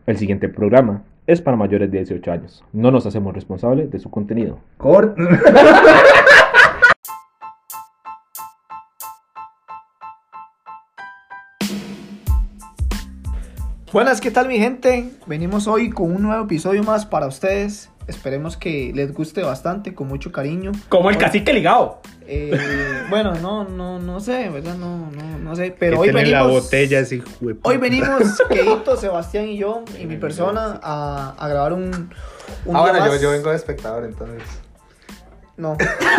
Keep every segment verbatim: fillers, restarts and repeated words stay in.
El siguiente programa es para mayores de dieciocho años. No nos hacemos responsables de su contenido. Cor- Buenas, ¿qué tal mi gente? Venimos hoy con un nuevo episodio más para ustedes. Esperemos que les guste bastante, con mucho cariño. Como el cacique ligado. Eh, bueno, no, no, no sé, ¿verdad? No, no, no sé. Pero hoy Tiene venimos. la botella así, jue- Hoy venimos, Keito, Sebastián y yo, y mi persona, a, a grabar un. un Ah, día bueno, yo, más. yo vengo de espectador, entonces. No.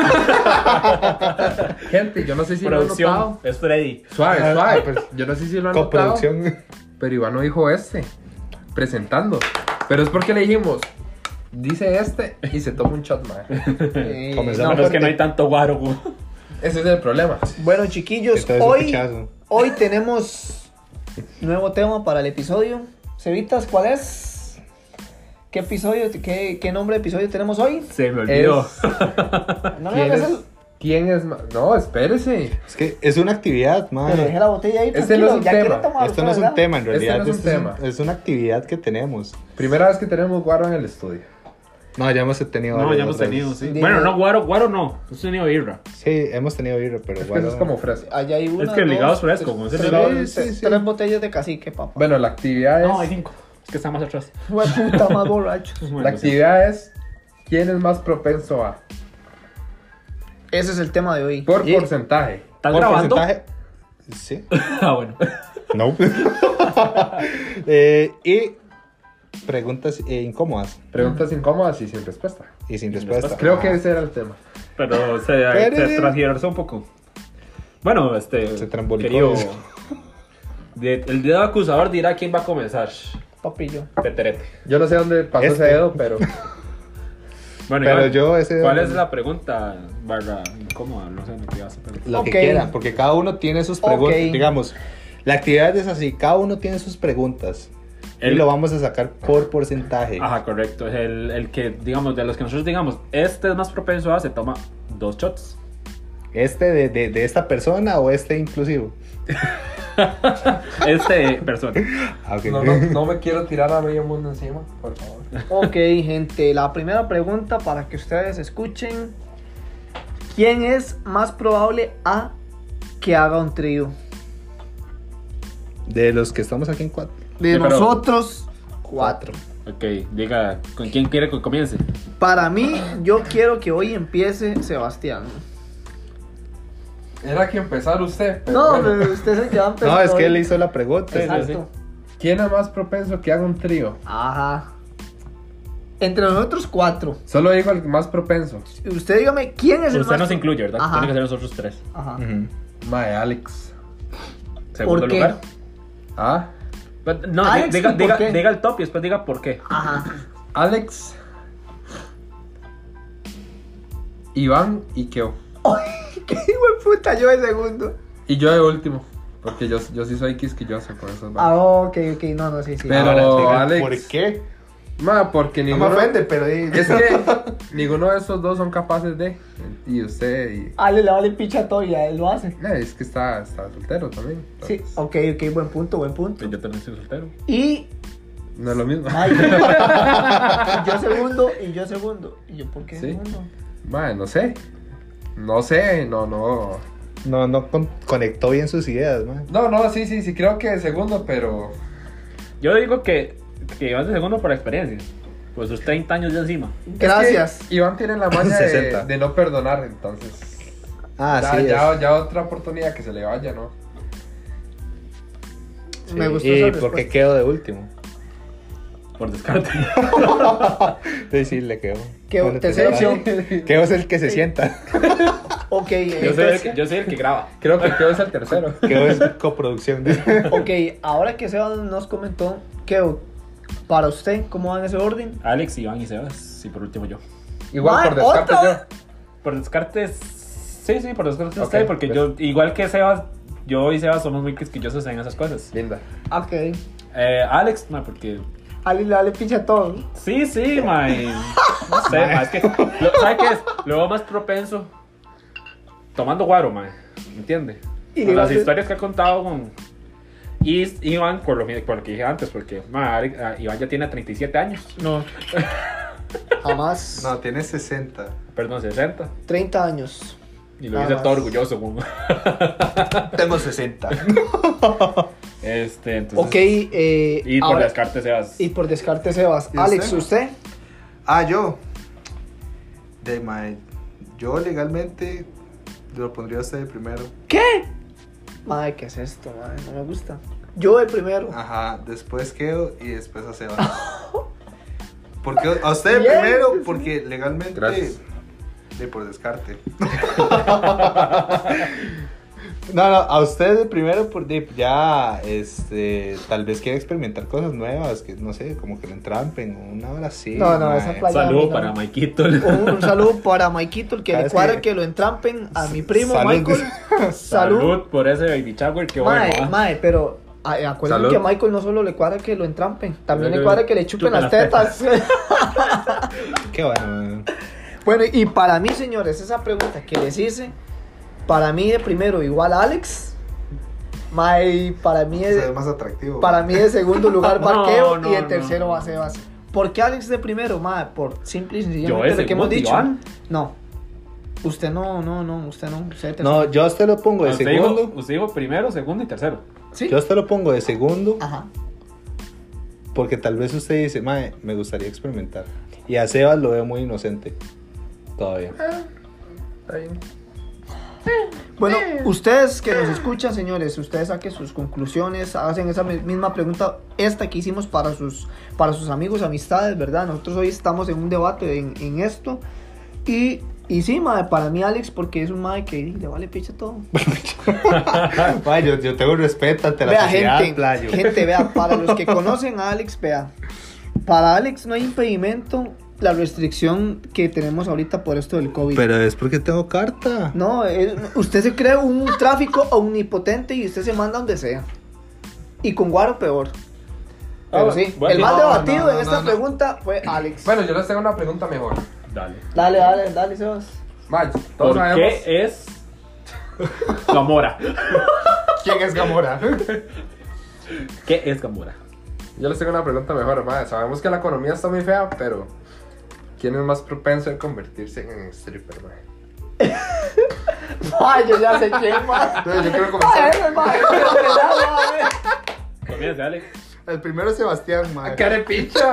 Gente, yo no sé si lo han Producción. notado. Es Freddy. Suave, suave, pues yo no sé si lo han notado. Coproducción. Pero Iván no dijo este, presentando. Pero es porque le dijimos, dice este y se toma un shot más. Eh, Comenzamos. No, es que porque- no hay tanto guaro, güey. Ese es el problema. Bueno, chiquillos, Entonces, un hoy, pichazo. hoy tenemos nuevo tema para el episodio. Cevitas, ¿cuál es? ¿Qué episodio, qué, qué nombre de episodio tenemos hoy? Se me olvidó. Es- No me ¿Quién, hagas es, el... ¿Quién es más? No, espérese. Es que es una actividad, Pero madre. dejé la botella ahí, Este no es tranquilo, un ya tema. quiero tomar, Esto no es un ¿verdad? tema, en Este realidad. no es un esto tema. es una actividad que tenemos. Primera vez que tenemos guaro en el estudio. No, ya hemos tenido. No, varias ya hemos otras. tenido, sí. Dime. Bueno, no, guaro, guaro no. Hemos tenido birra. Sí, hemos tenido birra, pero Es que bueno. eso es como fresco. Allá hay una, Es que el dos, ligado es fresco, tres- como ese tres, ligado. tres- Sí, sí, sí. tres botellas de cacique, papá. Bueno, la actividad es... No, hay cinco. Es que está más atrás. Hue puta, más borracho. Bueno, La sí. actividad es... ¿Quién es más propenso a? Ese es el tema de hoy. Por Y- porcentaje. ¿Estás Por grabando? porcentaje. Sí. Ah, bueno. No. eh, y preguntas eh, incómodas Preguntas incómodas y sin respuesta. y sin Sin respuesta. respuesta. Creo que ese era el tema. Pero se, Pero- se transgiversó un poco. Bueno, este. Se trambolicó querido, eso. de- el dedo acusador dirá quién va a comenzar. Papillo. Peterete. Yo no sé dónde pasó Este. ese dedo, pero... Bueno, Pero Iván, yo ese. ¿cuál es la pregunta barra incómoda? No sé lo que ibas a preguntar. Lo Ok. que quieran, porque cada uno tiene sus preguntas. Ok. Digamos, la actividad es así: cada uno tiene sus preguntas. El- Y lo vamos a sacar por porcentaje. Ajá, correcto. Es el, el que, digamos, de los que nosotros digamos, este es más propenso a, se toma dos shots. ¿Este de, de, de esta persona o este inclusivo? Este persona. Ah, ok. No, no, no me quiero tirar a medio mundo encima, por favor. Ok, gente, la primera pregunta para que ustedes escuchen. ¿Quién es más probable a que haga un trío? De los que estamos aquí en cuatro. De Sí, pero- nosotros, cuatro. Ok, diga, ¿con quién quiere que comience? Para mí, yo quiero que hoy empiece Sebastián. Era que empezar usted. pero No, bueno. pero usted es el que va a empezar. No, es que hoy. él hizo la pregunta. Sí, sí, Exacto. ¿Quién es más propenso que haga un trío? Ajá. Entre nosotros cuatro. Solo digo el más propenso. Usted dígame, ¿quién es el Usted más nos incluye, ¿verdad? Ajá. Tiene que ser nosotros tres. Ajá. Ujú. Mae, Alex. Segundo ¿Por qué? lugar. ¿Ah? But- No, Alex, diga, ¿y por diga, qué? diga el top y después diga por qué. Ajá. Alex. Iván y Keo. Ay, qué hijo de puta, yo de segundo. Y yo de último. Porque yo, yo sí soy quisquilloso por eso. Ah, ok, ok, no, no, sí, sí. Pero- Ahora, diga, Alex. ¿por qué? Ma, porque No me ninguno... ofende, pero di- Es que ninguno de esos dos son capaces de. Y usted y... Ale le vale picha todo y a él lo hace. Eh, es que está, está soltero también. Sí, entonces, ok, ok, buen punto, buen punto. Yo también soy soltero. Y No es lo mismo. ay, y yo segundo, y yo segundo. ¿Y yo por qué Sí. segundo? Ma, no sé. No sé, no, no. No, no con- conectó bien sus ideas, man. No, no, sí, sí, sí, creo que segundo, pero. Yo digo que, que Iván de segundo por experiencia. Pues sus treinta años de encima. Gracias. Es que Iván tiene la maña de, sesenta. de no perdonar, entonces. Ah, ya, sí. ya, es. ya otra oportunidad que se le vaya, ¿no? Sí. Me gustó ¿Y esa por respuesta. qué quedó de último? Por descarte. Sí, sí, le quedó. Quedó Bueno, tercera te- opción. Quedó es el que se sienta. Ok, Yo soy, el, entonces, que- yo soy el que graba. Creo que Keo es el tercero. Quedó es coproducción. ok, ahora que Seba nos comentó que para usted, ¿cómo va en ese orden? Alex, Iván y Sebas. Y por último yo. Igual Ma, por descarte ¿otra yo. Por descarte, sí, sí, por descarte Ok, usted. Porque pues. yo, igual que Sebas, yo y Sebas somos muy quisquillosos en esas cosas. Linda. Ok. Eh, Alex, no, porque Ale le vale picha todo. sí, sí, mae. No sé, mae, es que, lo- ¿sabe qué es? Lo veo más propenso tomando guaro, mae. ¿Me entiende? Y Con le las hace- historias que ha contado con... Y Iván, por lo, mi- por lo que dije antes, porque ma, Alex- ah, Iván ya tiene treinta y siete años. No. Jamás. No, tiene sesenta. Perdón, sesenta. treinta años. Y lo Nada dice más. todo orgulloso. Como... Tengo sesenta. Este, entonces. Ok, eh, Y por ahora- descarte, Sebas. y por descarte, Sebas. ¿Y Alex, usted? ¿usted? Ah, yo. De mae. Yo legalmente lo pondría a usted de primero. ¿Qué? Madre, ¿qué es esto, madre? No me gusta. Yo el primero. Ajá, después quedo y después a Sebas. Porque a usted Bien. primero, porque legalmente. Gracias. De por descarte. No, no, a usted de primero por de, ya, este, tal vez quiera experimentar cosas nuevas, que no sé, como que lo entrampen o una hora así. No, no, mae. esa playa- Saludo no. para Maikito. Un, un saludo para Maikito, el que Cada le vez cuadra que- que lo entrampen a mi primo Salud. Michael. Salud. Salud por ese baby shower. Que Mae, bueno. ¿ah? mae, pero a- acuérdense Salud. que a Michael no solo le cuadra que lo entrampen, también Que le cuadra que le chupen chupen las las tetas. Qué bueno, mae. Bueno, y para mí, señores, esa pregunta que les hice, para mí de primero igual a Alex. Mae, para mí Se ve es, más atractivo. para mí de segundo lugar No, Barqueo no, y de no, tercero no. va Sebas. ¿Por qué Alex de primero, mae? Por simple y Yo sencillamente de lo que hemos segundo, dicho. Iván. No. Usted no, no, no, usted no. Usted de tercero. No, yo a usted lo pongo de Usted segundo. dijo, usted dijo primero, segundo y tercero. ¿Sí? Yo a usted lo pongo de segundo Ajá. porque tal vez usted dice, mae, me gustaría experimentar. Y a Sebas lo veo muy inocente. Todavía. Está bien. Bueno, ustedes que nos escuchan, señores, ustedes saquen sus conclusiones, hacen esa mi- misma pregunta, esta que hicimos para sus, para sus amigos, amistades, ¿verdad? Nosotros hoy estamos en un debate en, en esto. Y, y sí, mae, para mí Alex, porque es un mae que le vale picha todo. Mae, yo, yo tengo respeto ante la Vea, sociedad, gente, playo. gente, vea, para los que conocen a Alex, vea, para Alex no hay impedimento la restricción que tenemos ahorita por esto del COVID. Pero es porque tengo carta. No, eh, usted se cree un tráfico omnipotente y usted se manda donde sea. Y con Guaro peor. Pero Ah, sí, bueno. el más No, debatido no, no, en esta no, no. pregunta fue Alex. Bueno, yo les tengo una pregunta mejor. Dale. Dale, dale, dale, Sebas. Mae, todos ¿Por sabemos. qué es Gamora? ¿Quién es Gamora? ¿Qué es Gamora? Yo les tengo una pregunta mejor, mae. Sabemos que la economía está muy fea, pero ¿quién es más propenso a convertirse en stripper, mae? Ay, yo ya sé quién más. Entonces, yo quiero comenzar. Ay, mae, pero que ya, mae. Comienza, Alex. El primero es Sebastián, mae. ¡Carepicha!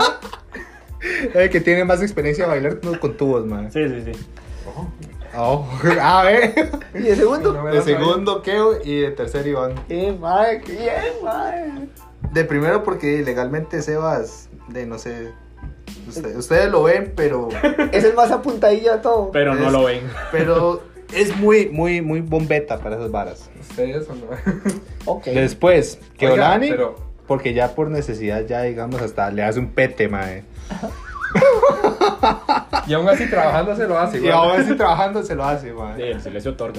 El que tiene más experiencia bailando con tubos, mae. Sí, sí, sí. Oh, a ver. Y de segundo. No me De la sabía. segundo, Keo. Y de tercero, Iván. Eh, mae, qué bien, mae. De primero, porque legalmente Sebas, de no sé. Usted- ustedes lo ven, pero. Es el más apuntadillo de todo. Pero no Es- lo ven. Pero es muy, muy, muy bombeta para esas varas. ¿Ustedes o no? Ok. Después, Oiga, Keolani. pero- Porque ya por necesidad, ya digamos, hasta le hace un pete, mae. Y aún así trabajando se lo hace Y igual. ahora sí trabajando se lo hace, Sí, mae. el silencio otorga.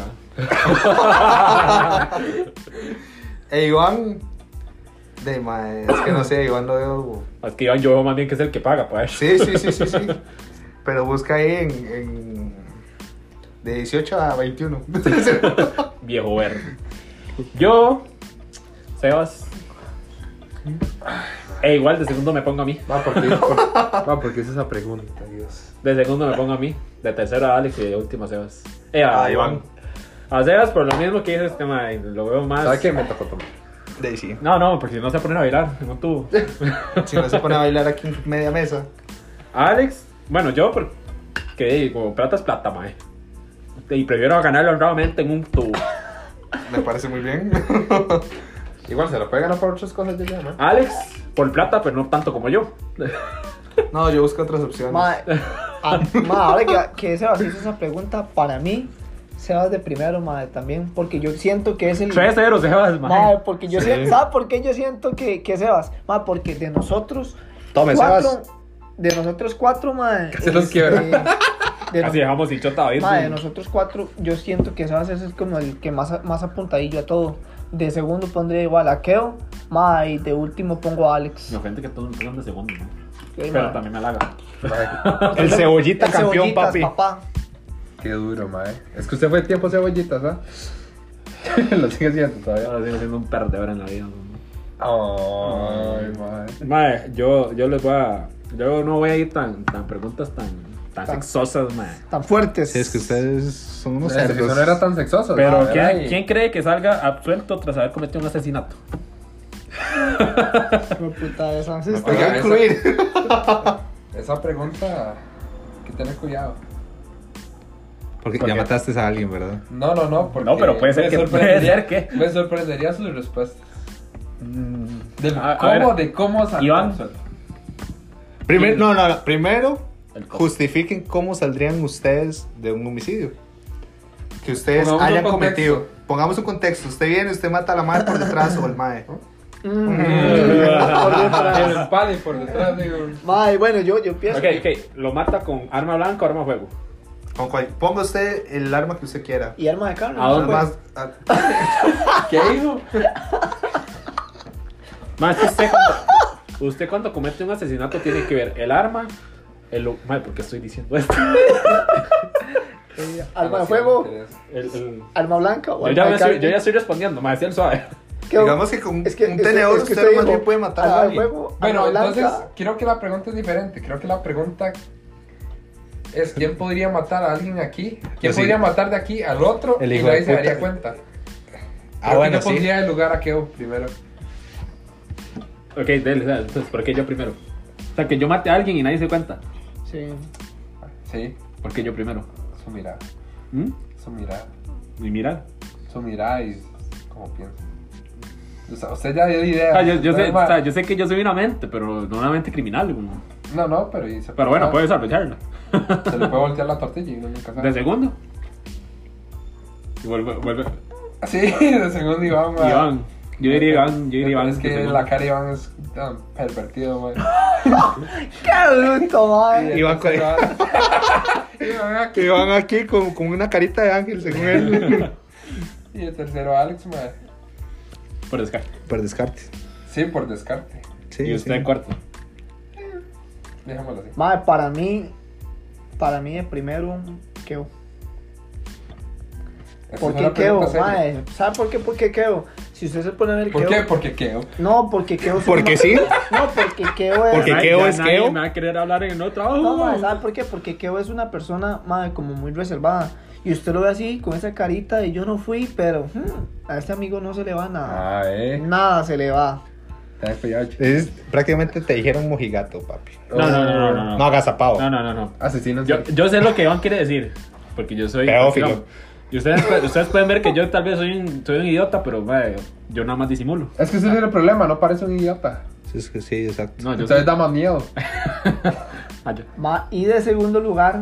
E Iván. De mae. Es que no sé, Iván lo veo. Es que Iván, yo veo más bien que es el que paga, pues. Sí, sí, sí, sí, sí. Pero busca ahí en. en... De dieciocho a veintiuno. Viejo verde. Yo, Sebas. E igual de segundo me pongo a mí. Va, ¿por qué, por, va, ¿por qué es esa pregunta, Dios? De segundo me pongo a mí. De tercero a Alex y de último a Sebas. Eh, a Ah, Iván. Iván. A Sebas por lo mismo que dice este tema. Lo veo más. ¿Sabes qué me tocó tomar? De ahí sí. No, no, porque si no se ponen a bailar en un tubo. Si no se pone a bailar aquí en media mesa. Alex, bueno, yo porque digo, plata es plata, mae. Y prefiero ganarlo honradamente en un tubo. Me parece muy bien. Igual se lo puede ganar por otras cosas de ya, ¿no? Alex, por plata, pero no tanto como yo. No, yo busco otras opciones. Mae, ah, mae, ahora que, que Sebas hizo esa pregunta, para mí, Sebas de primero, mae, también, porque yo siento que es el... tres cero, Sebas, mae. Mae, porque yo Sí. siento, ¿sabes por qué yo siento que, que Sebas? Mae, porque de nosotros Tome, cuatro, Sebas. de nosotros cuatro, mae, Casi los este, quiebra. de Casi dejamos sin chota a David. Mae, de nosotros cuatro, yo siento que Sebas es como el que más, más apuntadillo a todo. De segundo pondría igual a Keo, mae, y de último pongo a Alex. Me ofende que todos me pongan de segundo, ¿no? Ok, Pero mae. también me halaga. El cebollita El campeón, cebollitas, papi. papá. Qué duro, mae. Es que usted fue tiempo cebollitas, ¿ah? Lo sigue siendo todavía. Ahora sigo siendo un perdedor en la vida. ¿no? Ay, madre. Mae, yo, yo les voy a. Yo no voy a ir tan, tan preguntas tan, tan Tan- sexosas, mae. Tan fuertes. Sí, es que ustedes son unos Ese cerdos. no era tan sexoso. Pero ¿no? ¿quién, Era ahí. ¿quién cree que salga absuelto tras haber cometido un asesinato? Hijo de puta, esa. Sí, está Oiga, bien. esa- incluir. Esa pregunta, hay que tener cuidado. Porque ¿Por ya qué? mataste a alguien, ¿verdad? No, no, no. Porque No, pero puede ser me que- sorprendería- puede ser que- Me sorprendería sus respuestas. Del A- a cómo, ver, de cómo salió Iván. absuelto. Primero, no, no, no. Primero, El co- justifiquen cómo saldrían ustedes de un homicidio. Que ustedes Pongamos un hayan contexto. cometido. Pongamos un contexto. Usted viene, usted mata a la madre por detrás o al mae. Mm. Por Por el palo y por detrás, digo. Mae, bueno, yo, yo pienso. Ok, ok. ¿Lo mata con arma blanca o arma fuego? Con cual- ponga usted el arma que usted quiera. Y arma de carne. ¿A ¿no? dónde? Además, a- ¿Qué hijo? Más que usted cuando, usted cuando comete un asesinato tiene que ver el arma, el... lu- Madre, ¿por qué estoy diciendo esto? Eh, arma de fuego, El, el- arma blanca o Yo, arma ya de me estoy, carne. yo ya estoy respondiendo, me decía el suave. ¿Qué- digamos que con es que- un es que- tenedor es que usted usted más bien dijo, puede matar a arma de alguien. fuego, Bueno, arma blanca. entonces creo que la pregunta es diferente. Creo que la pregunta es quién podría matar a alguien aquí, quién Sí. podría matar de aquí al otro El y hijo de nadie se puta. daría cuenta. Ah, Creo bueno, que yo sí. pondría el lugar a Keo primero. Ok, dele, dale, entonces, ¿por qué yo primero? O sea, que yo mate a alguien y nadie se cuenta. Sí. Sí, ¿Por qué yo primero? su mirada, ¿Mm? su mirada, Y mira. su mirada y cómo piensa. O sea, usted ya dio idea. Ah, yo, yo, sé, Entonces, o sea, yo sé que yo soy una mente, pero no una mente criminal. como- No, no, pero... y se Pero bueno, puede puedes aprovecharla. Se le puede voltear la tortilla y uno nunca sabe. ¿De segundo? Y vuelve, vuelve. Sí, de segundo Iván, man. Iván. Yo diría Iván, yo diría Iván. Es de que segundo. la cara de Iván es tan pervertido, man. ¡Qué bruto, mae! Iván, cu- Iván aquí. que van aquí con, con una carita de ángel, según él. Y el tercero Alex, man. Por descarte. Por descarte. Sí, por descarte. Sí, Y usted sí. cuarto. Dejémoslo así. Mae, para mí, para mí el primero, Keo. Esa ¿Por es qué una Keo, pregunta seria. mae? ¿Sabe por qué? ¿Por qué Keo? Si usted se pone a ver ¿Por Keo... qué? Porque Keo. No, porque Keo... es ¿Porque una- sí? No, porque Keo es... Porque Ay, Keo ya es nadie Keo. me va a querer hablar en el trabajo. No, mae, ¿sabe por qué? Porque Keo es una persona, mae, como muy reservada. Y usted lo ve así, con esa carita de yo no fui, pero hmm, a este amigo no se le va nada. Ah, eh. Nada se le va. Ten cuidado. Es, prácticamente te dijeron mojigato, papi. No, no, no, no, no. No, No, agazapado. no, no, no. no. Asesino. Yo, yo sé lo que Iván quiere decir. Porque yo soy. Pedófilo. digamos, Y ustedes, ustedes pueden ver que yo tal vez soy un, soy un idiota, pero mae, yo nada más disimulo. Es que ese es el problema, no parece un idiota. Sí, es que sí, exacto. No, yo Entonces soy. da más miedo. Ah, yo- Ma, y de segundo lugar,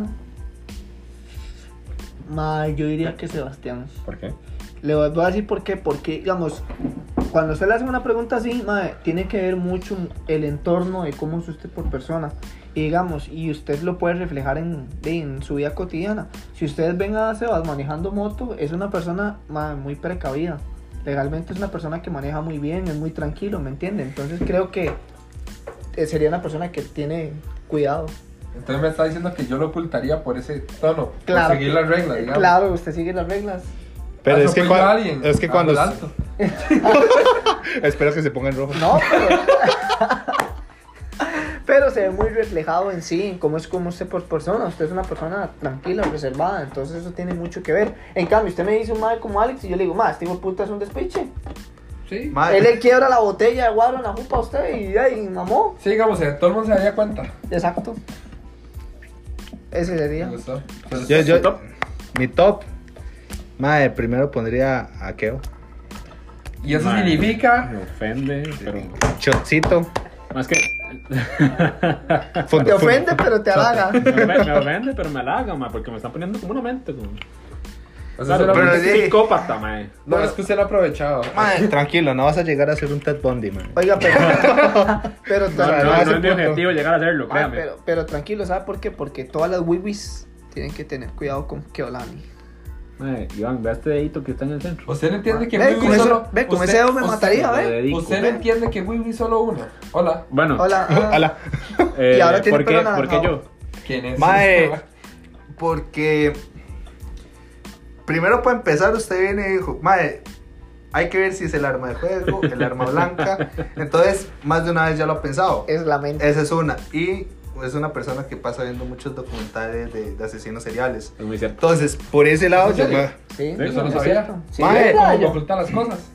ma, yo diría que Sebastián. ¿Por qué? Le voy a decir por qué. Porque, digamos, cuando usted le hace una pregunta así, ma, tiene que ver mucho el entorno de cómo es usted por persona. Y digamos, y usted lo puede reflejar en, en su vida cotidiana. Si ustedes ven a Sebas manejando moto, es una persona ma, muy precavida. Legalmente es una persona que maneja muy bien, es muy tranquilo, ¿me entiende? Entonces creo que eh, sería una persona que tiene cuidado. Entonces me está diciendo que yo lo ocultaría por ese tono. Claro. Por seguir las reglas, digamos. Claro, usted sigue las reglas. Pero es que, Atropelló cua- a alguien, es que a cuando... lo alto. Espero que se ponga en rojo. No, pero... pero se ve muy reflejado en sí, en cómo es como usted por persona. Usted es una persona tranquila, reservada, entonces eso tiene mucho que ver. En cambio, usted me dice un madre como Alex y yo le digo, ma, este hijo de puta es un despiche. Sí. Madre, Él le quiebra la botella de guaro en la jupa a usted y, ay, mamó. Sí, digamos, eh, todo el mundo se daría cuenta. Exacto. Ese sería. Me gustó. Me gustó. yo, yo, ¿Su top? mi top. Madre, primero pondría a Keo. Y eso Mae, significa... Me ofende, pero. Chocito. Más que. Te ofende, pero te halaga. me, ofende, me ofende, pero me halaga, ma, porque me están poniendo como una mente. Como... O sea, Claro, se lo- pero pero es sí. psicópata, mae. No, es que usted lo ha aprovechado. Madre, tranquilo, no vas a llegar a ser un Ted Bundy, man. Oiga, pero... pero, No, tra- no, ese no es mi punto. objetivo llegar a hacerlo, Ah, créame. pero, pero tranquilo, ¿sabe por qué? Porque todas las wiwis tienen que tener cuidado con Keolani. Mae, Iván, ve este dedito que está en el centro. Usted no entiende que Ve, Wiwi con eso- solo... ve, con usted- ese dedo me usted- mataría, Le ve. dedico. Usted no entiende que Wiwi solo una. Hola. Bueno, Hola. ah, Hola. eh, y ahora tiene ¿por, qué, pelo ¿por qué anaranjado. yo? ¿Quién es? Mae, porque primero para empezar usted viene y dijo, Mae, hay que ver si es el arma de juego, el arma blanca. Entonces, más de una vez ya lo ha pensado. Es la mente. Esa es una. Y es una persona que pasa viendo muchos documentales de, de asesinos seriales. Es muy cierto. Entonces, por ese lado, ¿En yo serio? me... Sí, Yo eso no es sabía. cierto. Sí, Mae, ¿verdad? ¿Cómo Yo- ocultar las cosas?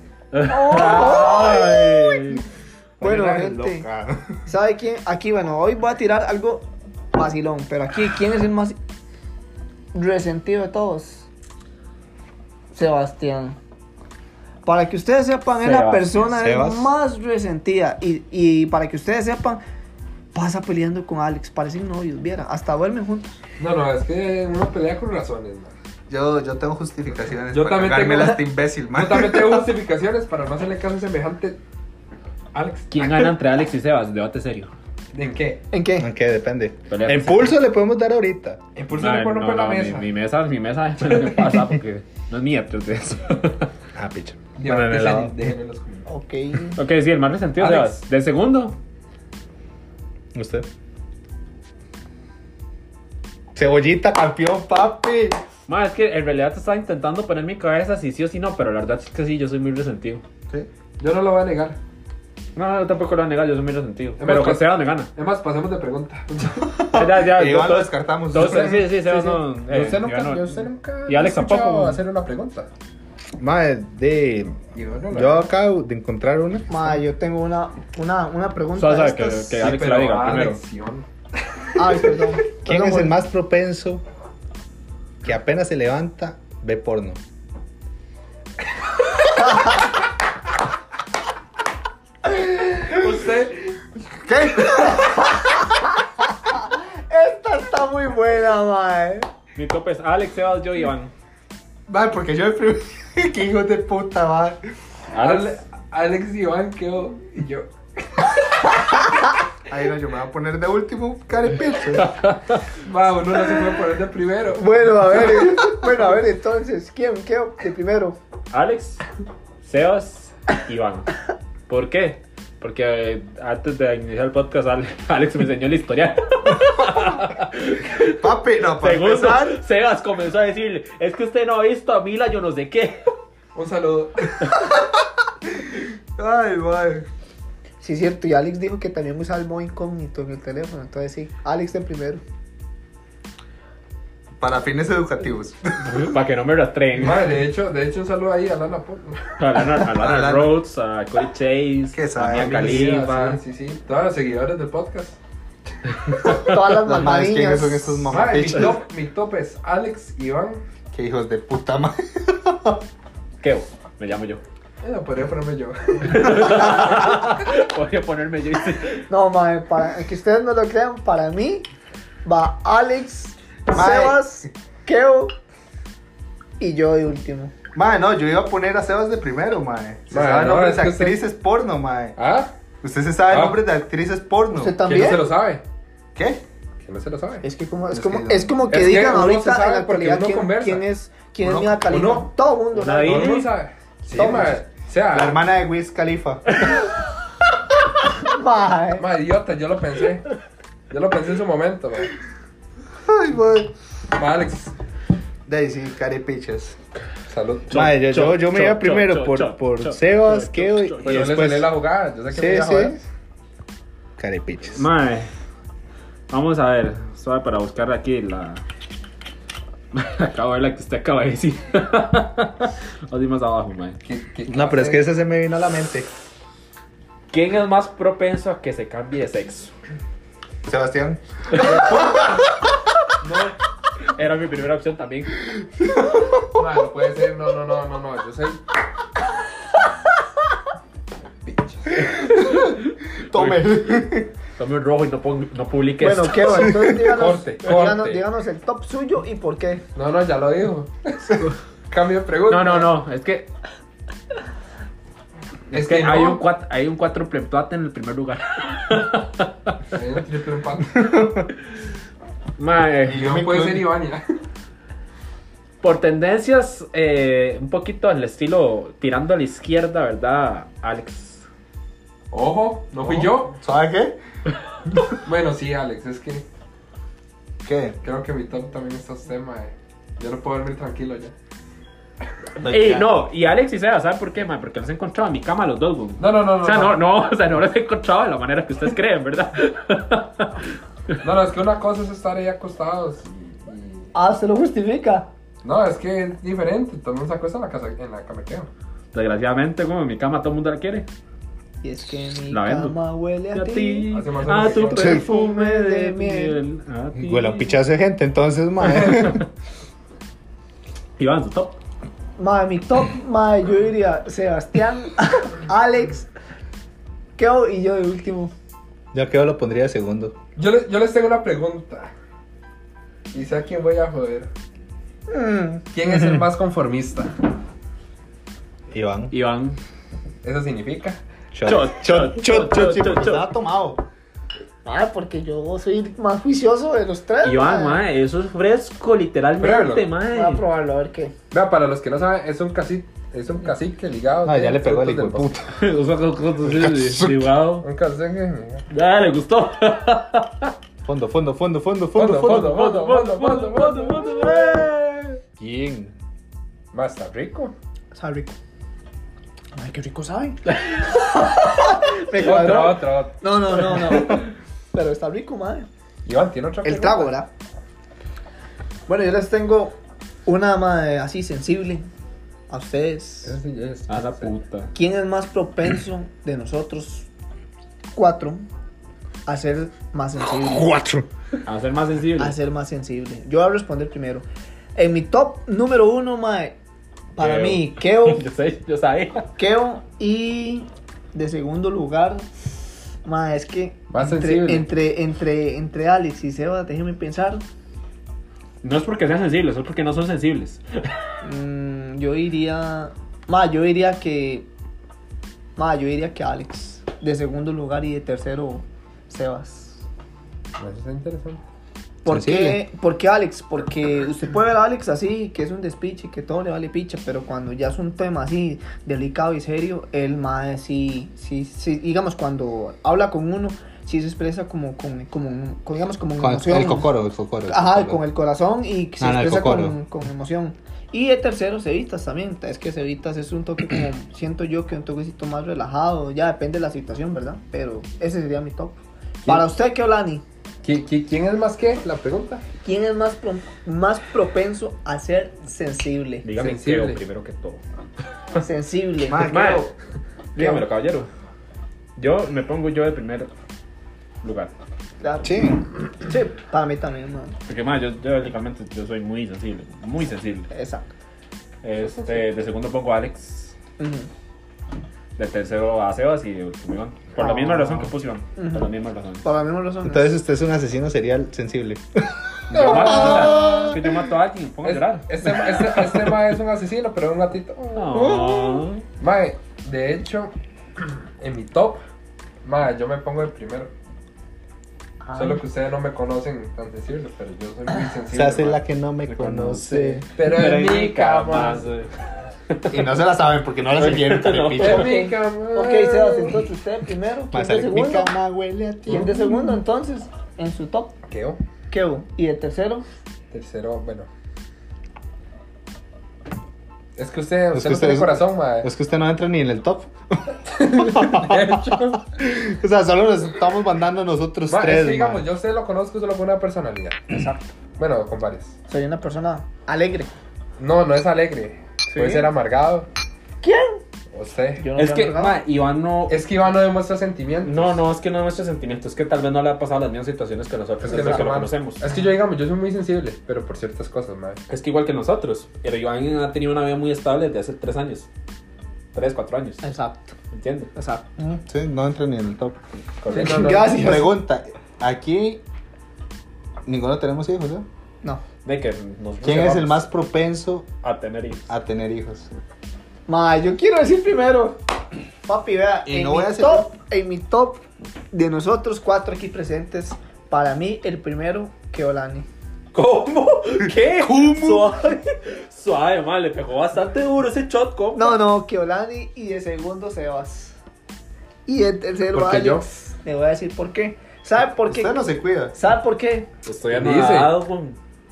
Ay. Bueno, Ay, gente, loca. ¿sabe quién? Aquí, bueno, hoy voy a tirar algo vacilón, pero aquí, ¿quién es el más resentido de todos? Sebastián. Para que ustedes sepan, es la Sebas. persona es Sebas. más resentida. Y, y para que ustedes sepan, pasa peleando con Alex. Parecen novios, viera. Hasta duermen juntos. No, no, es que uno pelea con razones, man. Yo, yo tengo justificaciones Yo para también cagármela tengo- a este imbécil, man. Yo también tengo justificaciones para no hacerle caso a semejante Alex. ¿Quién gana entre Alex y Sebas? Debate serio. ¿En qué? ¿En qué? Ok, depende. Pelea En física. pulso le podemos dar ahorita. Impulso Ay, no puede romper la mesa. Mi, mi mesa, mi mesa es lo que pasa porque no es mía, pero de eso. Ah, picha. Dios, Bueno, en el lado. déjenme los comentarios. Ok. Ok, sí, el más resentido es Alex. Sebas. Del segundo, ¿Usted? Cebollita, campeón, papi. ma, es que en realidad te estaba intentando poner en mi cabeza si sí o si no, pero la verdad es que sí, yo soy muy resentido. Sí. Yo no lo voy a negar. No, yo tampoco lo voy a negar, yo soy muy resentido. Hemos Pero con pas- Sebas me gana. Es más, pasemos de pregunta. Ya, ya, Y Iván lo dos- descartamos. dos- sí, sí, Sebas Sí, sí. no. Yo eh, usted nunca, Iván no. yo usted nunca Y Alex he escuchado tampoco. hacer una pregunta. Madre, de... Y yo no la- Yo acabo de encontrar una. Ma, yo tengo una, una, una pregunta. Solo de sabe que, estas. que Sí, Alex pero la diga ah, primero. lección. Ay, perdón. ¿Quién Perdón, es el güey. más propenso que apenas se levanta ve porno? Usted. ¿Qué? Esta está muy buena, mae. Mi tope es Alex, Sebas, yo y Iván. Madre, porque yo el primero. ¿Qué hijos de puta, madre? Alex. Ale- Alex y Iván quedó. Y yo. Ahí no, yo me voy a poner de último, carepicho. Va, uno no se puede poner de primero. Bueno, a ver. Bueno, a ver, entonces, ¿quién? ¿Qué? De primero. Alex, Sebas, Iván. ¿Por qué? Porque eh, antes de iniciar el podcast, Ale- Alex me enseñó la historia. Papi, no, para Segundo, empezar. Sebas comenzó a decirle: es que usted no ha visto a Mila, yo no sé qué. Un saludo. Ay, madre. Sí, es cierto. Y Alex dijo que también usaba el modo incógnito en el teléfono. Entonces, sí. Alex de primero. Para fines educativos. Para que no me rastreen. Madre, de hecho, de hecho, un saludo ahí a Lana Porno. A Lana, a Lana A Lana. Rhodes, a Corey Chase, Que a sabe, Mia sí, Khalifa. Sí, sí, sí. Todos los seguidores del podcast. Todas las Las madres, ¿quiénes malvadiñas. son estos Madre, mi mamapichos? top, mi top es Alex, Iván. Qué hijos de puta madre. ¿Qué? Me llamo yo. Eh, podría ponerme yo. Podría ponerme yo. y sí. No, mae, para que ustedes no lo crean, para mí va Alex, Mae. Sebas, Keo y yo de último. Madre, no, yo iba a poner a Sebas de primero, madre. Se Mae, sabe no, nombres es de que usted- actrices porno, madre. ¿Ah? Usted se sabe Ah. nombres de actrices porno. ¿Usted ¿Quién también? no se lo sabe? ¿Qué? ¿Quién no se lo sabe? Es que como, es Es como, que- es como que es que digan uno ahorita se sabe en la porque actualidad uno quién, conversa. quién es, quién Uno- es Mia Khalifa. uno- Todo el mundo. Nadie- ¿no? Todo el mundo sabe. Sí, Toma. madre. O sea, La hermana de Wiz Khalifa. Mae. madre, idiota, yo lo pensé. Yo lo pensé en su momento, madre. Ay, madre. Madre, Alex, Daisy, carepichas. salud. Cho- Madre, yo, cho- yo, yo me cho- iba cho- primero cho- por, cho- por cho- Sebas, cho- Keo y, cho- y Pues yo le después... salí la jugada. Yo sé que me Sí, iba a joder. sí. Carepichas. Mae, vamos a ver, suave para buscar aquí la. Acabo de ver la que usted acaba de decir. Así más abajo, mae. ¿Qué- qué No, pero es clase? que ese se me vino a la mente. ¿Quién es más propenso a que se cambie de sexo? Sebastián. Era mi primera opción también. Madre, no puede ser. No, no, no, no, no. Yo soy. Tome. Tome un rojo y no, pon- no publique Bueno, esto. Keo, entonces díganos, Corte, díganos, corte. díganos el top suyo y por qué. No, no, ya lo dijo. Cambio de pregunta. No, no, no, es que. Es, Es que, que hay, no. un cuat- hay un cuádruple empate en el primer lugar. Hay un triple empate. Mae, Y Yo no me puede incluyo. ser Iván ya. por tendencias, eh, un poquito al estilo tirando a la izquierda, ¿verdad, Alex? Ojo, no fui Oh. yo. ¿Sabe qué? Bueno, sí, Alex, es que ¿Qué? creo que mi top también está usted, mae. Yo no puedo dormir tranquilo ya. Y no, y Alex y Seba, ¿saben por qué, ma? Porque los he encontrado en mi cama los dos, güey. No, no, no, no. O sea, no, no, o sea, no los he encontrado de la manera que ustedes creen, ¿verdad? No, no, es que una cosa es estar ahí acostados y... y- Ah, se lo justifica. No, es que es diferente. Todo el mundo se acuesta en la, casa, en la camequeo. Desgraciadamente, como en mi cama todo el mundo la quiere. Y es que mi La vendo. cama huele a, A ti. ti, Hace más o a menos tu que- perfume de miel. A ti. Huele a pichazo de gente, entonces, mae. Iván, su top. Madre, mi top, madre, yo diría Sebastián, Alex, Keo y yo de último. Yo creo lo pondría de segundo. Yo, le- yo les tengo una pregunta. Y sé a quién voy a joder. Mm. ¿Quién es el más conformista? Iván. Iván. Eso significa. Shot, Shot, shot, shot, shot, shot, sí, shot, porque shot. estaba tomado. Madre, porque yo soy más juicioso de los tres. Iván, madre. mae, eso es fresco, literalmente, Pruébalo. Voy a mae. probarlo, a ver qué. Vea, para los que no saben, es un cacique, es un cacique ligado. Ah, de ya le pegó al hijo frutos de del puta. O sea, con- con- sí, sí, wow. bosque. Un cacique. Ya le gustó. Fondo, fondo, fondo, fondo, fondo, Fondo, fondo. fondo, fondo, fondo, fondo, fondo. ¿Quién? Más está rico. Sabe rico. Ay, qué rico sabe. Me Otro, cuadró. otro, otro. No, no, no, no. Pero está rico, madre. Iván, ¿tiene otra El pregunta? trago, ¿verdad? Bueno, yo les tengo una madre así sensible a ustedes. Eso sí, es. A la puta. ¿Quién es más propenso de nosotros cuatro a ser más sensible? Cuatro. A ser más sensible. A ser más sensible. Yo voy a responder primero. En mi top número uno, mae, para Keo. mí, Keo, Yo sé, yo sabía. Keo y de segundo lugar, mae, es que Más entre, sensible. entre, entre, entre Alex y Seba, déjenme pensar, No es porque sean sensibles, es porque no son sensibles. mm, yo diría, mae, yo diría que, mae, yo diría que Alex, de segundo lugar y de tercero, Sebas. Eso está interesante. ¿Por Sensible. qué? ¿Por qué Alex? Porque usted puede ver a Alex así, que es un despiche, que todo le vale picha, pero cuando ya es un tema así delicado y serio, él más sí, sí, sí, digamos, cuando habla con uno, sí se expresa como, con, como, con, digamos, como Con emoción. el cocoro, el cocoro. el Ajá, cocoro. con el corazón y se Ah, no, el expresa cocoro. con, con emoción. Y el tercero, Cevitas también. Es que Cevitas es un toque como, siento yo que un toquecito más relajado. Ya depende de la situación, ¿verdad? Pero ese sería mi top. Para usted, Keolani, ¿Qui- qui- ¿Quién es más qué? La pregunta. ¿quién es más, pro- más propenso a ser sensible? Dígame Sensible. Keo primero que todo. Sensible. Mae, Mae, Keo. dígamelo, caballero. Yo me pongo yo de primer lugar. Claro. Sí. Sí, para mí también, ¿no? Porque más, yo, yo lógicamente yo soy muy sensible, muy sensible. Exacto. Este, de segundo pongo a Alex, Ujú. de tercero a Sebas y de último Iván. Por la Ah. misma razón que puse Iván. Por Ujú. la misma razón. Por la misma razón. Entonces usted es un asesino serial sensible. Yo mato, o sea, es que yo mato a alguien, pongo a Es- llorar. Este, este, este mae es un asesino, pero es un gatito. No. Mae, de hecho, en mi top, mae, yo me pongo el primero. Ah. Solo que ustedes no me conocen tan sensible, pero yo soy muy sensible. Se hace mae. la que no me conoce. Pero en mi cama. Y no se la saben porque no la siguieron con el No. picho. En mi cama. Ok, Sebas, entonces usted primero. ¿Quién Más de al- mi segundo? cama huele a ti. ¿Quién de segundo entonces? En su top. Keo. Keo. ¿Y el tercero? Tercero, bueno. Es que usted, Es usted que no tiene usted- corazón, mae. Es que usted no entra ni en el top. De hecho, O sea, solo nos estamos mandando nosotros mae, tres. es que, digamos, mae. yo a usted lo conozco solo por una personalidad. Exacto. Bueno, con varios. Soy una persona alegre. No, no es alegre. Puede ser amargado. ¿Quién? Usted. Yo no Es soy que, amargado. ma, Iván no. Es que Iván no demuestra sentimientos. No, no, es que no demuestra sentimientos. Es que tal vez no le ha pasado las mismas situaciones que nosotros. Es Es que, que, no es que lo humano. conocemos. Es que yo, digamos, yo soy muy sensible, pero por ciertas cosas, mae. Es que igual que nosotros. Pero Iván ha tenido una vida muy estable desde hace tres años. Tres, cuatro años. Exacto. ¿Entiendes? Exacto. Sí, no entra ni en el top. Sí, no, no. Gracias. Pregunta: aquí ninguno tenemos hijos, ¿eh? No. De que nos ¿Quién es el vamos más propenso a tener hijos? a tener hijos? Ma, yo quiero decir primero. Papi, vea, Y en, no mi voy a hacer- top, en mi top de nosotros cuatro aquí presentes, para mí el primero, Keolani. ¿Cómo? ¿Qué? ¿Cómo? Suave, suave, mal, le pegó bastante duro ese shot, ¿cómo? No, no, Keolani y de segundo Sebas. Y el tercero ¿Por qué yo? Alex. Le voy a decir por qué. ¿Sabe por qué? Usted no se cuida. ¿Sabe por qué? Estoy ¿Qué dice? anodado, con...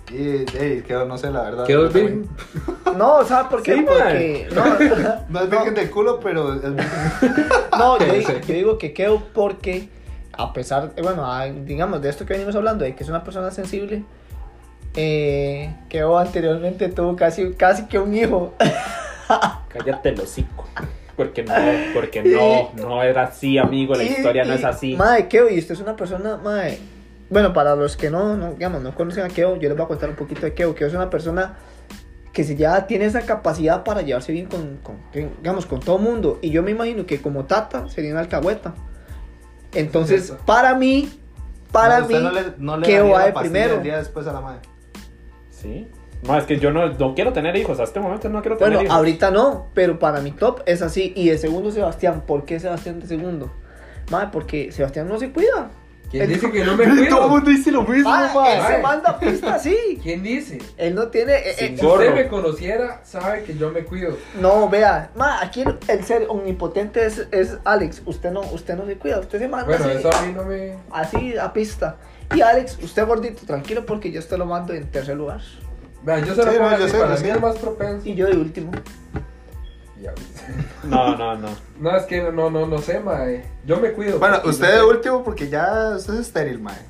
Y, hey, quedó, no sé, la verdad. Quedó no, bien. No, ¿sabes por qué? Sí, Porque. No, No es virgen del culo, pero es virgen. no yo, Sí. digo- yo digo que Keo porque, a pesar, eh, bueno, a- digamos, de esto que venimos hablando, de que es una persona sensible, eh, Keo anteriormente tuvo casi, casi que un hijo. Cállate el hocico. Porque no, porque no, no era así, amigo. La Y- historia no y- es así. Mae, Keo, y usted es una persona, mae. Bueno, para los que no, no, digamos, no conocen a Keo, yo les voy a contar un poquito de Keo. Keo es una persona que se ya tiene esa capacidad para llevarse bien con, con, digamos, con todo mundo. Y yo me imagino que como Tata sería una alcahueta. Entonces, Cierto. para mí, para No, usted mí, no le, no le Keo daría va la de pastilla primero. el día después a la madre. Sí. No, es que yo no, no quiero tener hijos. Hasta este momento no quiero tener Bueno, hijos. ahorita no, pero para mi top es así. Y de segundo, Sebastián. ¿Por qué Sebastián de segundo? Mae, porque Sebastián no se cuida. ¿Quién El- dice que no me Todo el cuido? mundo dice lo mismo, Mae, mae. él se Mae. manda pista así. ¿Quién dice? Él no tiene. eh, Sin eh, Si gorro. usted me conociera, sabe que yo me cuido. No, vea, ma, aquí el, el ser omnipotente es, es Alex. Usted no, usted no se cuida, usted se manda Bueno, así, eso a mí no me... así a pista. Y Alex, usted gordito, tranquilo porque yo te lo mando en tercer lugar. Vean, yo se lo Sí, puedo no, yo decir, sé, para yo mí sé. es más propenso. Y yo de último. Ya. No, no, no. No, es que no, no, no sé, mae. Yo me cuido. Bueno, porque usted yo de sé- último porque ya usted es estéril, mae.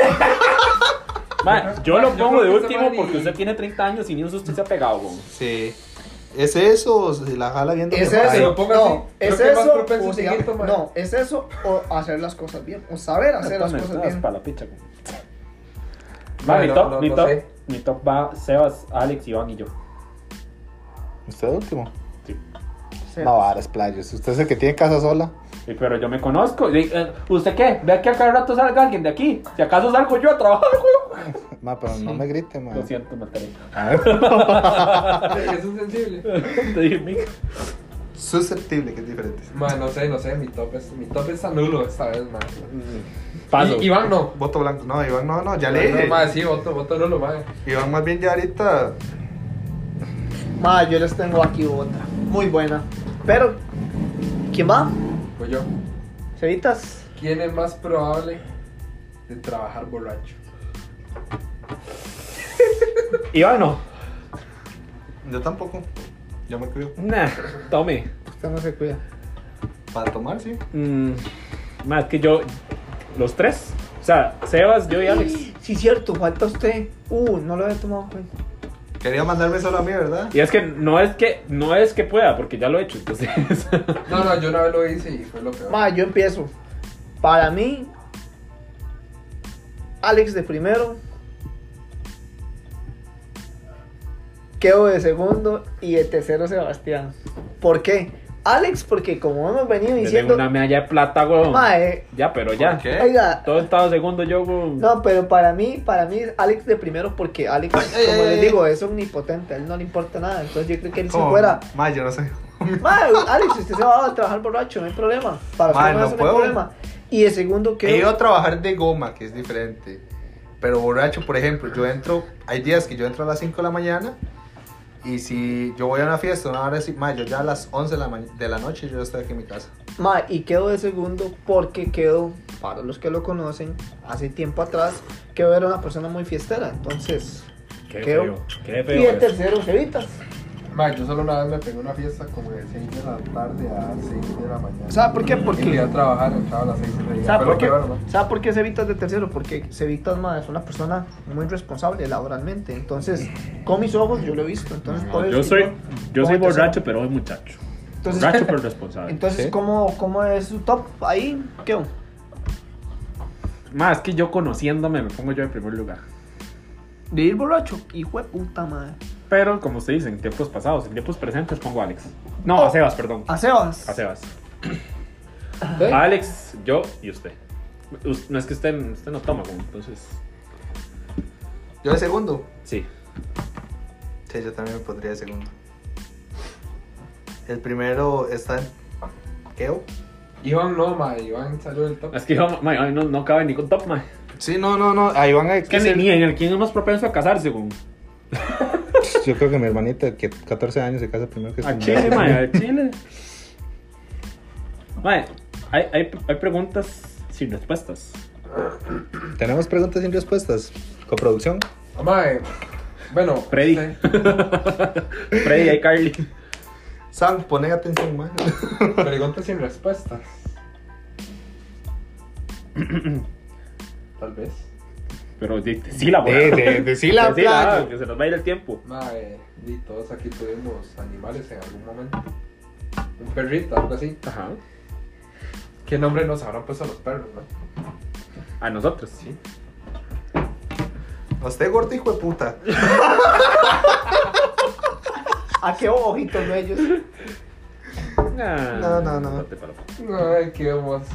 Ma, yo lo Yo pongo creo de que ese último man y- porque usted tiene treinta años y ni un susto se ha pegado, güey. Sí. ¿Es eso o se la jala viendo ¿Es que se eso? lo ponga así. No, Creo ¿es que es más eso? propenso O a sea, seguir, ma. no, ¿es eso o hacer las cosas bien? O saber hacer las cosas bien. Para la picha, güey. Va, Ma, mi no, top, no, mi no top, sé. mi top va Sebas, Alex, Iván y yo. ¿Usted de último? Sí. Sí. No, varas playas. Usted es el que tiene casa sola. Y, pero yo me conozco. Y, eh, ¿usted qué? Ve que a cada rato salga alguien de aquí. Si acaso salgo yo a trabajar, güey. Ma, pero no me grite, ma. Lo siento, me enteré. A ver. Es un sensible. Te dije, mica. Susceptible, que es diferente. Ma, no sé, no sé. Mi top es, mi top es nulo esta vez, ma. Paso. Y- Iván no. Voto blanco. No, Iván, no, no, ya le No, dije. ma, sí, voto, voto nulo, ma. Iván más bien ya ahorita. Ma, yo les tengo aquí otra. Muy buena. Pero, ¿quién va? Pues yo. Cevitas. ¿Quién es más probable de trabajar borracho? Iván no. Yo tampoco. Yo me cuido. Nah, tome. Usted no se cuida. Para tomar, sí. Mm, más que yo, los tres. O sea, Sebas, yo y Alex. Sí, cierto, falta usted. Uh, no lo había tomado en cuenta. Quería mandarme solo a mí, ¿verdad? Y es que no es que no es que pueda, porque ya lo he hecho. Entonces, No, no, yo una vez lo hice y fue lo peor. Ma, yo empiezo. Para mí, Alex de primero, Keo de segundo y de tercero Sebastián. ¿Por qué? Alex, porque como hemos venido me diciendo, una medalla de plata, güey. ma, eh, Ya, pero ya. ¿Por qué? oiga, Todo estado segundo yo, güey. no, pero para mí, para mí es Alex de primero porque Alex, Ay, como ay, les ay. digo, es omnipotente, a él no le importa nada, entonces yo creo que él si ¿Cómo? fuera, Ma, yo no sé. ma, Alex, usted se va a trabajar borracho, no hay problema, para Ma, usted no, no eso no puedo. hay problema. Y de segundo, He ido Keo, a trabajar de goma, que es diferente. Pero borracho, por ejemplo, yo entro, hay días que yo entro a las cinco de la mañana. Y si yo voy a una fiesta, una hora así, ma, yo ya a las once de la, ma- de la noche yo estoy aquí en mi casa. ma, y Keo de segundo porque Keo, para los que lo conocen, hace tiempo atrás, Keo era una persona muy fiestera, entonces, Qué Keo. feo. Qué y feo. de eso. tercero Cevitas. Ma, yo solo una vez me pegué una fiesta como de seis de la tarde a seis de la mañana. ¿Sabe por qué? Y fui Porque... a trabajar, entraba a las seis y media. ¿Sabe Fue por lo qué? peor, ma. ¿Sabe por qué Cevitas de tercero? Porque Cevitas, ma, es una persona muy responsable laboralmente. Entonces, con mis ojos yo lo he visto. Entonces, por No, eso yo soy, digo, yo soy como tercero. borracho, pero soy muchacho. Entonces- borracho, pero responsable. Entonces, ¿Sí? ¿cómo, ¿cómo es su top ahí? ¿Qué? Más que yo conociéndome, me pongo yo en primer lugar. De ir borracho. Hijo de puta, madre. Pero, como se dice, en tiempos pasados, en tiempos presentes pongo a Alex. No, a Sebas, perdón. A Sebas. A Sebas. ¿Eh? Alex, yo y usted. Us- No es que usted, usted no toma, güey, entonces. Yo de segundo. Sí. Sí, yo también me pondría de segundo. El primero está en Keo. Iván no, ma, Iván salió del top. Es que yo, ma, no, no cabe ni con top, ma. Sí, no, no, no. Ahí van a Es que ni, ni en el quién es más propenso a casarse, güey. Yo creo que mi hermanita, que catorce años, se casa primero que su A mamá. Chile, ma, a Chile. Ma, hay, hay, hay preguntas sin respuestas. Tenemos preguntas sin respuestas. Coproducción. Mae, bueno, Freddy. usted- Freddy y Carly. Sam, ponen atención, man. Preguntas sin respuestas. Tal vez. Pero di- sí la De, de, decila, Decila, playo. que se nos va a ir el tiempo. Mae, y todos aquí tuvimos animales en algún momento. Un perrito, algo así. Ajá. ¿Qué nombre nos habrán puesto a los perros, no? A nosotros. Sí. A usted, gordo hijo de puta. ¿A qué ojitos no ellos? Ah, No, no, no. te paro. Ay, qué vamos.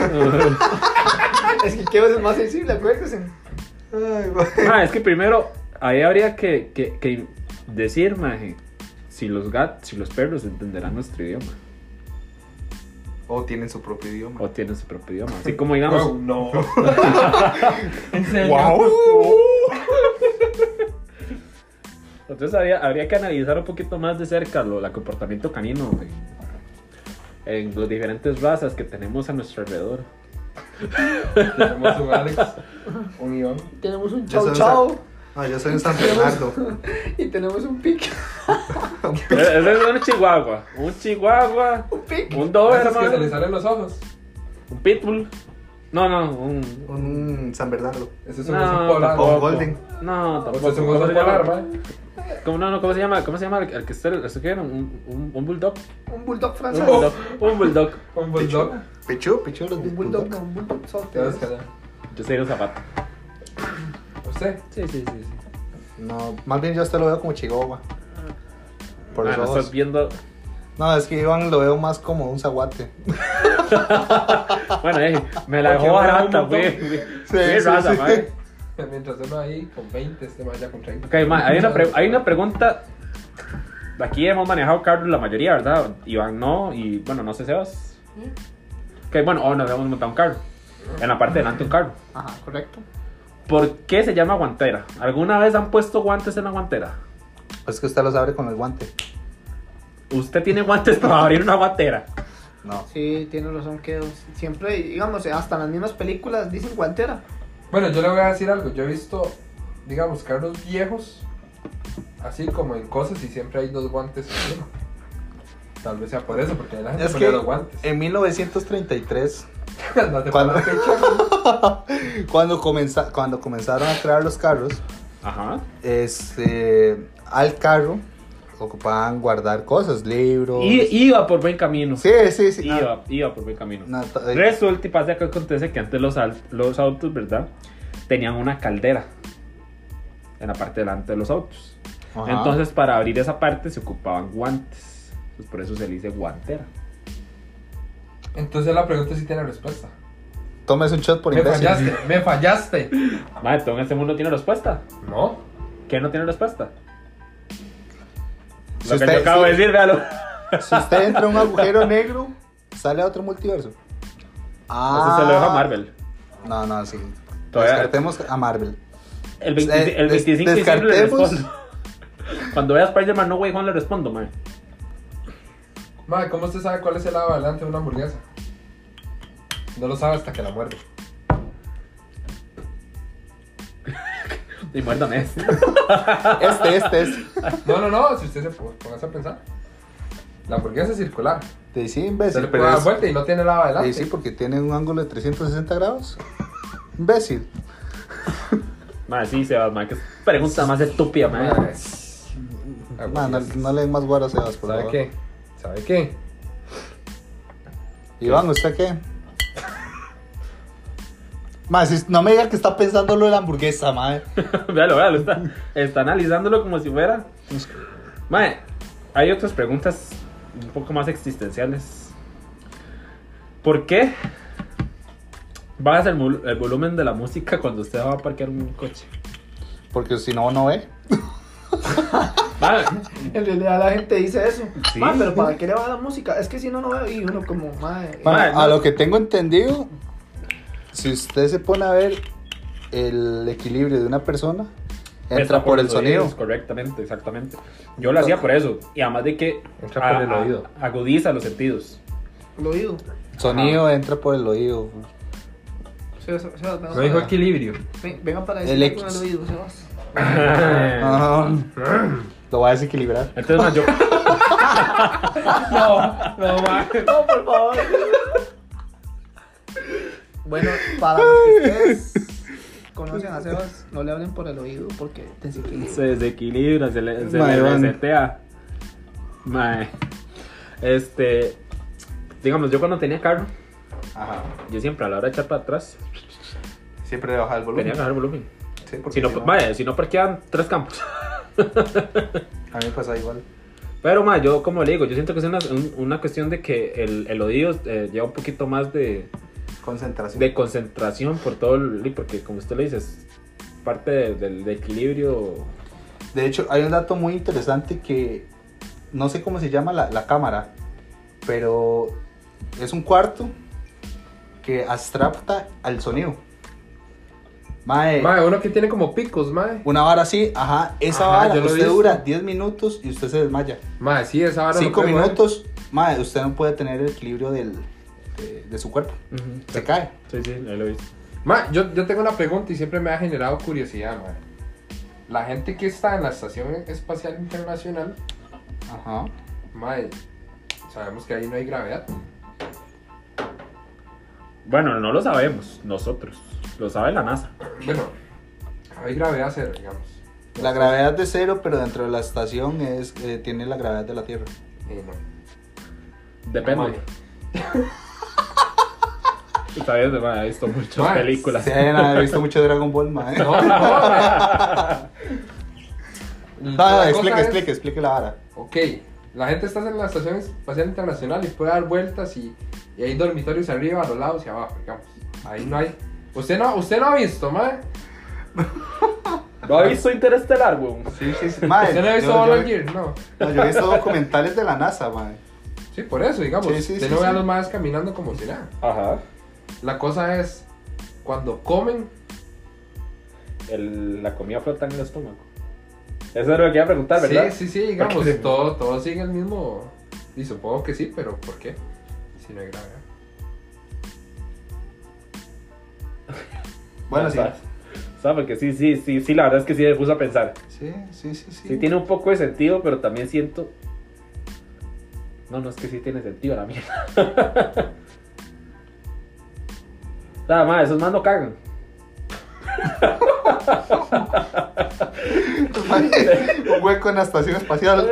Es que qué es más sensible, acuérdense. Ay, güey. Ah, es que primero ahí habría que, que, que decir, maje, si los gatos, si los perros entenderán nuestro idioma O tienen su propio idioma. o tienen su propio idioma. Así como digamos, Oh, no. ¿En serio? ¡Wow! entonces habría, habría que analizar un poquito más de cerca lo, el comportamiento canino en, en las diferentes razas que tenemos a nuestro alrededor. Tenemos un Alex, un Iván. Tenemos un Yo chau soy un chau Sa- No, yo soy un San Bernardo. y tenemos un pic. Ese es un chihuahua, un chihuahua, Un pic. un Esos doberman, que se le salen los ojos. un pitbull. No, no, un... Un San Bernardo. Ese es un No, oso polar. tampoco. O un Golden. No, O tampoco. sea, es un ¿Cómo oso se polar, llama? mae. ¿Cómo, no, no, ¿cómo se llama? ¿Cómo se llama el, el que está el, el que era? Un, un, un bulldog. Un bulldog Un francés. bulldog. Un bulldog. Un bulldog. Pichu, pichu, los Un bulldog, no, bulldog. un bulldog sote. ¿Te vas a quedar? Yo soy un zapato. ¿Usted? Sí, sí, sí. sí. No, más bien yo a usted lo veo como chihuahua. Por los Ah, no ojos. estás viendo. No, es que Iván lo veo más como un zaguate. Bueno, eh, me la Porque dejó veo un barata, montón. güey. Sí, Qué sí, raza, sí. mae. Mientras uno ahí con veinte, este más ya con treinta. Ok, ma, hay una, pre- hay una pregunta. Aquí hemos manejado Carlos la mayoría, ¿verdad? Iván no, y bueno, no sé, Sebas. Ok, bueno, o nos hemos montado un carro. En la parte de delante un carro. Ajá, correcto. ¿Por qué se llama guantera? ¿Alguna vez han puesto guantes en la guantera? Es que usted los abre con el guante. ¿Usted tiene guantes para abrir una guantera? No. Sí, tiene razón que siempre, digamos, hasta en las mismas películas dicen guantera. Bueno, yo le voy a decir algo. Yo he visto, digamos, carros viejos, así como en cosas, y siempre hay dos guantes encima. Tal vez sea por eso, porque la gente Es ponía que los guantes. en mil novecientos treinta y tres, No te cuando, pongas fecha. cuando, comenza- cuando comenzaron a crear los carros, Ajá. este, al carro ocupaban guardar cosas, libros. Y iba por buen camino. Sí, sí, sí. Iba, no, iba por buen camino. no, to- eh, Resulta y pasa que acontece que antes los, al- los autos, ¿verdad? Tenían una caldera en la parte delante de los autos. ajá. Entonces, para abrir esa parte se ocupaban guantes. Entonces, por eso se le dice guantera. Entonces la pregunta sí tiene respuesta. Tomes un shot por Me imbécil. fallaste, me fallaste. Madre, todo en este mundo tiene respuesta. No. ¿Qué no tiene respuesta? Si Lo que usted- yo acabo de si- decir, véalo. Si usted entra a un agujero negro, sale a otro multiverso. Ah. Eso se lo dejo a Marvel. No, no, sí. Todavía- Descartemos a Marvel. El, veinte Des- el des- veinticinco de diciembre le descartemos. respondo. Cuando veas Spider-Man No Way Home le respondo, man. Madre, ¿cómo usted sabe cuál es el lado adelante de una hamburguesa? No lo sabe hasta que la muerde. Y muérdame este. Este, este, este. No, no, no, si usted se pone a pensar. La hamburguesa es circular. Te sí, Se imbécil, le pero puede dar es... vuelta y no tiene lado adelante. Sí, sí, porque tiene un ángulo de trescientos sesenta grados. Imbécil. Man, sí, Sebas, man. Que pregunta más estúpida, man. Madre. Man, no, no le den más guaro a Sebas, por ¿Sabe favor. qué? ¿Sabe qué? Iván, ¿usted qué? Man, si no me diga que está pensando lo de la hamburguesa, madre. Véalo, véalo. Está, está analizándolo como si fuera. Man, hay otras preguntas un poco más existenciales. ¿Por qué bajas el, mul- el volumen de la música cuando usted va a parquear un coche? Porque si no, no ve. Man, En realidad la gente dice eso. Sí. Ma, pero ¿para qué le va a la música? Es que si no, no veo. Y uno como, madre. Man, Man, a no. lo que tengo entendido, si usted se pone a ver el equilibrio de una persona, entra por el los sonido. oídos, correctamente, exactamente. Yo lo hacía por eso. Y además de que Entra por el oído. agudiza los sentidos. El oído. Sonido entra por el oído. Sebas, Sebas, venga No dijo para- equilibrio. ven- Venga para El decirle X. con el oído, Sebas. Ajá. Lo voy a desequilibrar. Entonces, ma, yo. No, no, ma. No, por favor. Bueno, para los que ustedes conocen a Sebas, no le hablen por el oído porque te desequilibra. Se desequilibra, se le, se Mae, le van. resetea. Mae. Este. Digamos, yo cuando tenía carro, Ajá. yo siempre a la hora de echar para atrás Siempre le baja el volumen. tenía que bajar el volumen. Sí, porque Si no, si no, mae, si no parqueaban tres campos. a mí me pasa igual. Pero, mae, yo como le digo, yo siento que es una, un- una cuestión de que el, el oído eh, lleva un poquito más de, Concentración. de concentración por todo el. Porque, como usted le dice, es parte de- del de equilibrio. De hecho, hay un dato muy interesante que no sé cómo se llama la, la cámara, pero es un cuarto que abstracta al sonido. Mae, Mae, uno que tiene como picos, mae. una vara así, ajá, esa Ajá, vara, yo lo he usted visto. dura diez minutos y usted se desmaya. Mae, sí, esa vara. cinco lo creo, mae. minutos, mae, usted no puede tener el equilibrio del, de, de su cuerpo. Se cae. Sí, sí, ahí lo he visto. Mae, yo, yo tengo una pregunta y siempre me ha generado curiosidad, mae. La gente que está en la Estación Espacial Internacional, Ajá. mae, sabemos que ahí no hay gravedad. Bueno, no lo sabemos nosotros. Lo sabe la NASA. Bueno, hay gravedad cero, digamos. La gravedad de cero, pero dentro de la estación es, eh, tiene la gravedad de la Tierra. Eh, no. Depende. Mae. Está bien, mae, he visto muchas Mae, películas. Se han haber visto mucho Dragon Ball, mae. No, no, mae. No, no, La explique, cosa es- explique, explique la vara. Ok, la gente está en la Estación Espacial Internacional y puede dar vueltas y, y hay dormitorios arriba, a los lados y abajo, digamos. Ahí no hay. Usted no, usted no ha visto, mae. ¿No ha visto Interestelar, weón? Sí, sí, sí. Mae, ¿Usted no ha visto yo, Ball yo- Gear? No. no, yo he visto documentales de la NASA, mae. Sí, por eso, digamos. Sí, sí, usted sí, no ve a sí. los maes caminando como si nada. Ajá. La cosa es, cuando comen, El, la comida flota en el estómago. Eso es lo que iba a preguntar, ¿verdad? sí, sí, sí, digamos, Porque- todo, todo sigue el mismo. Y supongo que sí, pero ¿por qué? Si no hay gravedad. Bueno, No, sí. ¿sabes? ¿Sabes? Porque sí, sí, sí, sí, la verdad es que sí me puse a pensar. Sí, sí, sí, sí. Sí tiene un poco de sentido, pero también siento... No, no es que sí tiene sentido la mierda. Nada más, esos más no cagan. Mae, un hueco en la estación espacial.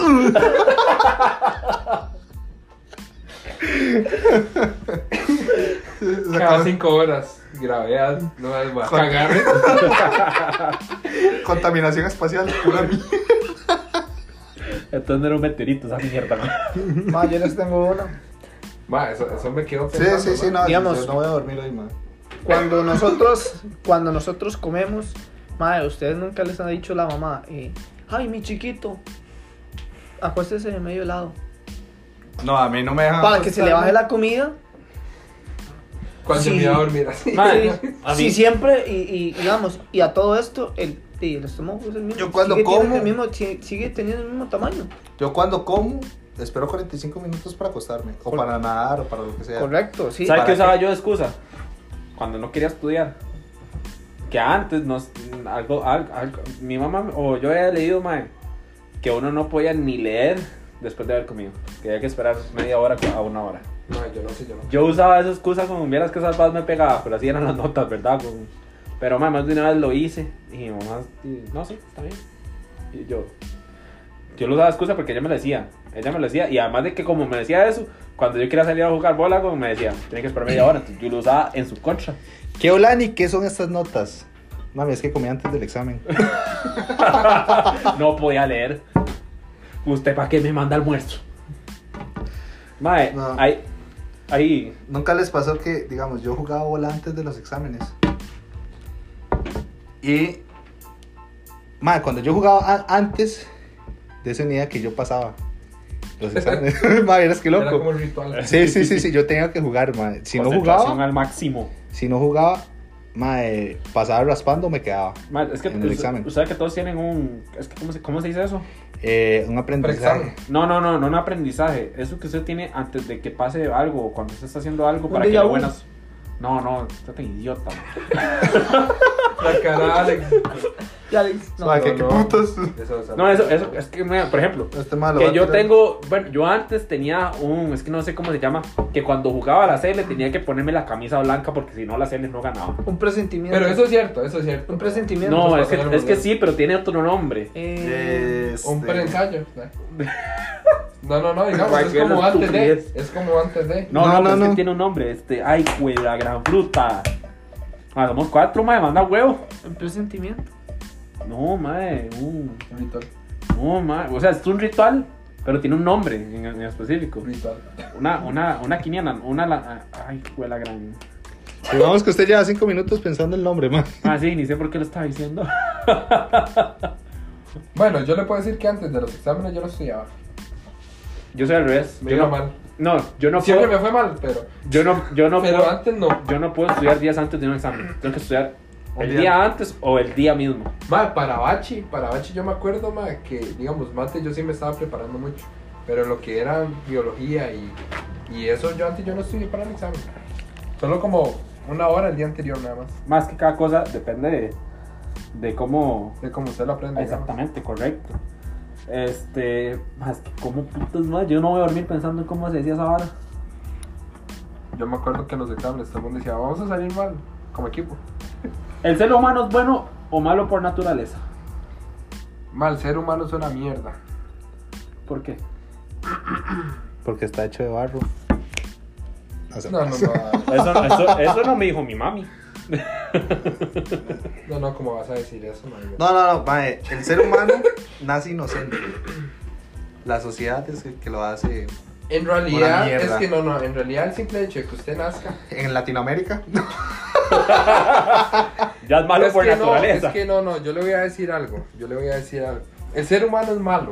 Se Cada acaba- cinco horas, gravedad, no me voy a Con- cagar. Contaminación espacial, pura mierda. Entonces no era un meteorito esa mierda. ¿No? Ma, yo les tengo una. Ma, eso, eso me quedó Sí, pensando. sí, sí, ma. no, Digamos- yo no voy a dormir hoy, mae. Cuando nosotros, cuando nosotros comemos, madre, ustedes nunca les han dicho a la mamá, eh, ay, mi chiquito, acuéstese de medio lado. No, a mí no me dejan. Para que se le baje la comida. Cuando Sí. me iba a dormir así. Ma, Sí, a mí- sí, siempre, y, y digamos, y a todo esto, el, y el estómago es el mismo. Yo cuando sigue teniendo como- el mismo, si- sigue teniendo el mismo tamaño. Yo cuando como, espero cuarenta y cinco minutos para acostarme. O Cor- para nadar, o para lo que sea. Correcto, sí. ¿Sabes ¿para qué usaba qué? yo de excusa? Cuando no quería estudiar. Que antes nos, algo, algo, algo- mi mamá o yo había leído, mae, que uno no podía ni leer después de haber comido. Que había que esperar media hora a una hora. Ma, yo no sé, yo no. Yo usaba esa excusa como vieras que esas me pegaba, pero así eran las notas, ¿verdad? Como- pero mae, más de una vez lo hice. Y mi mamá, y, no, sí, está bien. Y yo, yo lo usaba de excusa porque ella me lo decía. Ella me lo decía. Y además de que como me decía eso, cuando yo quería salir a jugar bola, como me decía, tiene que esperar media hora. Entonces yo lo usaba en su contra. ¿Qué Olani? ¿Qué son estas notas? Mami, es que comí antes del examen. No podía leer. ¿Usted para qué me manda almuerzo? Mae, No. ahí, ahí, ¿Nunca les pasó que, digamos, yo jugaba bola antes de los exámenes? Y, madre, cuando yo jugaba a- antes de esa unidad que yo pasaba los exámenes, madre, eras que Era como loco. el ritual. Sí, sí, sí, sí, yo tenía que jugar, madre. Si no concentración jugaba, al máximo. si no jugaba, madre, pasaba raspando, me quedaba. Mae, es que En el examen. usted sabe que todos tienen un, es que ¿cómo se, cómo se dice eso? Eh, un aprendizaje. Preexamen. No, no, no, no un aprendizaje. Eso que usted tiene antes de que pase algo, o cuando usted está haciendo algo Un para que déjà le vu. buenas. No, no, está tan idiota. La cara de Alex. Ya, Alex. No, Suave, que no, qué no. putos. Eso, eso. No, eso, eso, es que, mira, por ejemplo, Este malo. que yo tengo, bueno, yo antes tenía un, es que no sé cómo se llama, que cuando jugaba a la C L tenía que ponerme la camisa blanca porque si no la C L no ganaba. Un presentimiento. Pero eso es cierto, eso es cierto. Un presentimiento. No, Eso es que, pasó en el es que mundial. sí, pero tiene otro nombre. Eh, Este... Un preensayo. ¿no? No, no, no, digamos, Ay, es qué como antes de. estupidez. Es como antes de. No, no, No, no, no, es no. que tiene un nombre, este, ay, güey, la gran fruta. Ah, somos cuatro, madre, manda huevo. un presentimiento. No, madre, un, Ritual. no, madre, o sea, es un ritual, pero tiene un nombre en, en específico. Ritual. Una, una, una quiniela, una, la, ay, güey, la gran. Digamos que usted lleva cinco minutos pensando el nombre, man. Ah, sí, ni sé por qué lo estaba diciendo. Bueno, yo le puedo decir que antes de los exámenes yo no estudiaba. Yo soy al revés. Me Yo iba no, mal. no, yo no Siempre puedo, me fue mal, pero. yo no, yo no pero puedo, antes no. yo no puedo estudiar días antes de un examen. Tengo que estudiar Un el día. día antes o el día mismo. Ma, para Bachi, para Bachi yo me acuerdo, ma, que, digamos, mate yo sí me estaba preparando mucho. Pero lo que era biología y, y eso, yo antes yo no estudié para el examen. Solo como una hora el día anterior nada más. Más que cada cosa depende de, de cómo. De cómo usted lo aprende. digamos. Exactamente, correcto. Este, más que como putas más, yo no voy a dormir pensando en cómo se decía esa vara. Yo me acuerdo que en los exámenes todo el mundo decía, vamos a salir mal como equipo. ¿El ser humano es bueno o malo por naturaleza? Mal, ser humano es una mierda. ¿Por qué? Porque está hecho de barro. No, no, no. Eso, eso, eso no me dijo mi mami. No, no, ¿cómo vas a decir eso? No, No, no, no, mae, el ser humano nace inocente. La sociedad es el que lo hace. En Una realidad, mierda. es que no, no, en realidad el simple hecho de que usted nazca. En Latinoamérica. Ya es malo es por que naturaleza. No, es que no, no, yo le voy a decir algo. Yo le voy a decir algo. El ser humano es malo.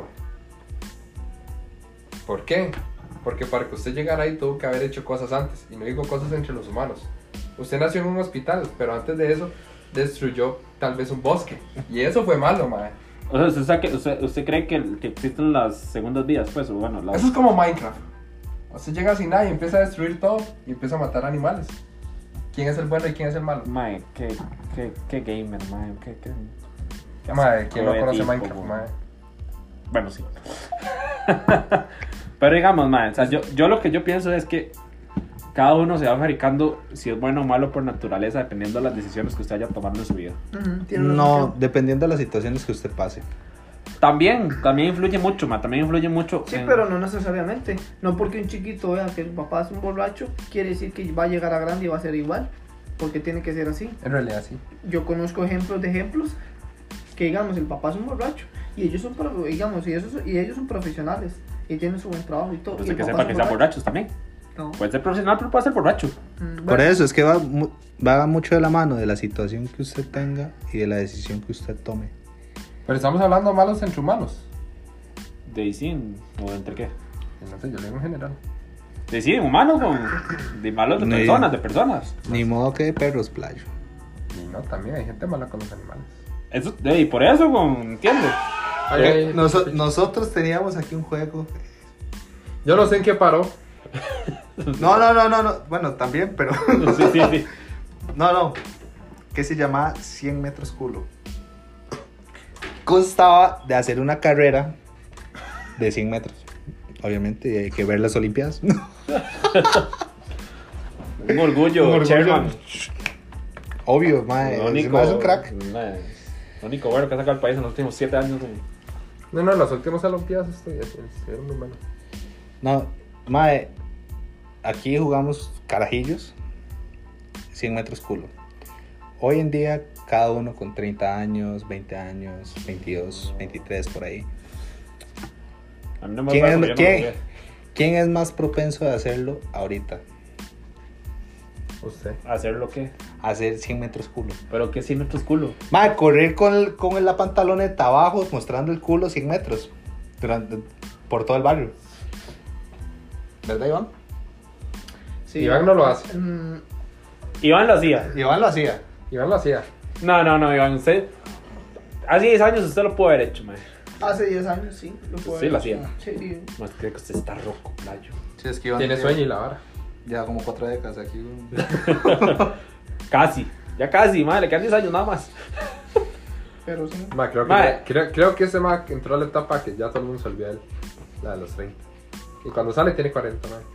¿Por qué? Porque para que usted llegara ahí tuvo que haber hecho cosas antes. Y no digo cosas entre los humanos. Usted nació en un hospital, pero antes de eso destruyó tal vez un bosque. Y eso fue malo, madre. O sea, ¿usted, sabe que- usted, usted cree que, que existen las segundas vidas, pues? O bueno, las... Eso es como Minecraft. Usted llega sin nada y empieza a destruir todo y empieza a matar animales. ¿Quién es el bueno y quién es el malo? Mae, qué, qué, qué gamer, mae, qué, qué... qué Madre, ¿quién no asco de conoce tipo, Minecraft, mae. madre? Bueno, sí. Pero digamos, mae, o sea, yo, yo lo que yo pienso es que cada uno se va fabricando si es bueno o malo por naturaleza, dependiendo de las decisiones que usted haya tomado en su vida. Ujú, tiene No, razón. dependiendo de las situaciones que usted pase. También, también influye mucho, mae, también influye mucho. Sí, en- pero no necesariamente. No porque un chiquito vea que el papá es un borracho, quiere decir que va a llegar a grande y va a ser igual. Porque tiene que ser así. En realidad sí. Yo conozco ejemplos de ejemplos que, digamos, el papá es un borracho y ellos son, pro- digamos, y, esos, y ellos son profesionales y tienen su buen trabajo y todo. Pues y de el que papá sepa es que un sean borrachos también. No. Puede ser profesional, pero puede ser borracho. Mm, Por bueno, eso es que va, mu- va mucho de la mano de la situación que usted tenga y de la decisión que usted tome. Pero estamos hablando malos entre humanos. De sí, o entre qué. No sé, yo le digo en general. De sí, humanos, con, de malos de Ni- personas, de personas. Ni modo que de perros, playo. Y no, también hay gente mala con los animales. Eso, de, y por eso, con, ¿entiendes? Ay, Eh, ay, noso- ay. nosotros teníamos aquí un juego. Yo no sé en qué paró. No, no, no, no, no. Bueno, también, pero. Sí, sí, sí. No, no. Que se llamaba cien metros culo. Constaba de hacer una carrera de cien metros. Obviamente hay que ver las Olimpiadas. Un orgullo, Un orgullo. Sherman. Obvio, mae. Lo Ese mae es un crack. mae, lo único bueno que ha sacado el país en los últimos siete años. güey. No, no, las últimas Olimpiadas estoy estuvieron muy malas. No, mae. Aquí jugamos carajillos. cien metros culo. Hoy en día, cada uno con treinta años, veinte años, veintidós, veintitrés, por ahí. A mí no me ¿Quién pasa es, porque yo no quién- jugué. quién es más propenso a hacerlo ahorita? Usted. ¿Hacer lo que? Hacer cien metros culo. ¿Pero qué cien metros culo? Mae, correr con, el- con la pantaloneta abajo, mostrando el culo cien metros. Durante, por todo el barrio. ¿Verdad, Iván? sí. Iván no lo hace. Mm, Iván lo hacía. Iván lo hacía. Iván lo hacía. No, no, no, Iván, usted... Hace diez años usted lo pudo haber hecho, mae. hace diez años, sí. Lo puedo Sí, lo hacer. hacía. Sí. Más que que usted está roco, playo. Sí, es que Iván Tiene sueño y la vara. Ya como cuatro décadas aquí. güey. Casi, ya casi, madre, le quedan diez años nada más. Pero sí. Ma, creo, que Ma. ya- creo, creo que ese ma entró a la etapa que ya todo el mundo se olvida de él. La de los treinta. Y cuando sale tiene cuarenta, ma.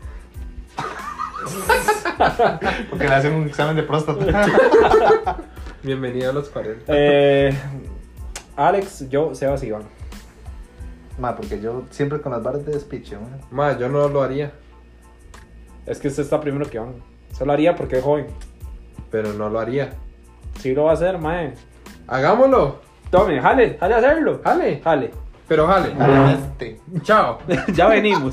Porque le hacen un examen de próstata. Bienvenido a los cuarenta. Eh, Alex, yo, Sebas y Iván. Ma, porque yo siempre con las barras de despiche, ma. Ma, yo no lo haría. Es que usted está primero que Iván. Se lo haría porque es joven. Pero no lo haría. Sí lo va a hacer, mae. Hagámoslo. Tome, jale, jale a hacerlo. Jale. Jale. Pero jale. Este. Chao. Ya venimos.